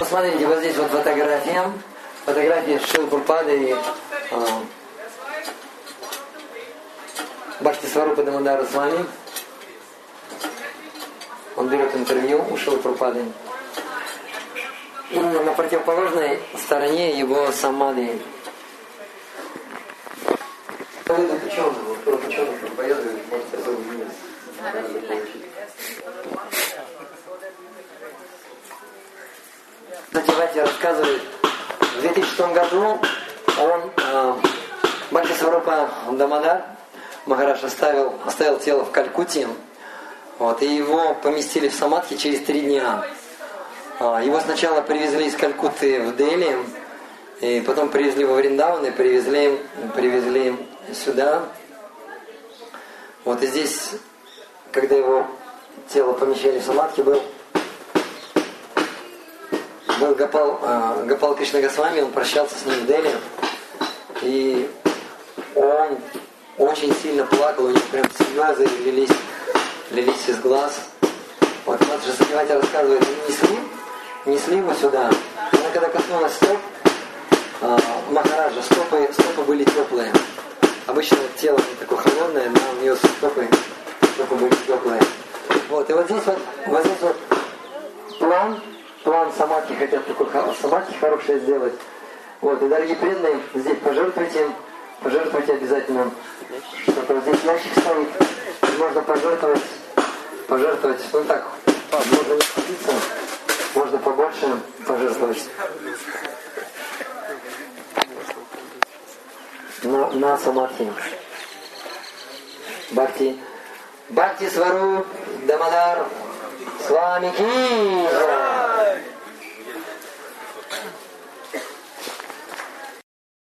Посмотрите, вот здесь вот фотография Шрилы Прабхупады и Бхактисварупа Дамодара с вами. Он берет интервью у Шрилы Прабхупады. И на противоположной стороне его самадхи. Кстати, рассказывает, в 2006 году Бхактисварупа Дамодар Махарадж оставил тело в Калькутте, и его поместили в самадхи через 3 дня. Его сначала привезли из Калькутты в Дели, и потом привезли во Вриндаван и привезли сюда. И здесь, когда его тело помещали в самадхи, был Гопал Кришна Госвами, он прощался с ним в Дели, и он очень сильно плакал, у него прям слезы лились из глаз. Матаджи Сатьявати рассказывает, несли его сюда. Она когда коснулась стоп Махараджа, стопы были теплые. Обычно тело не такое холодное, но у нее стопы были теплые. И вот здесь план самадхи, хотят такой самадхи хорошее сделать. И дорогие преданные, здесь пожертвуйте обязательно. Что-то вот здесь ящик стоит, можно пожертвовать, так, можно не купиться, можно побольше пожертвовать. На самадхи. Бхактисваруп Дамодар с вами ки.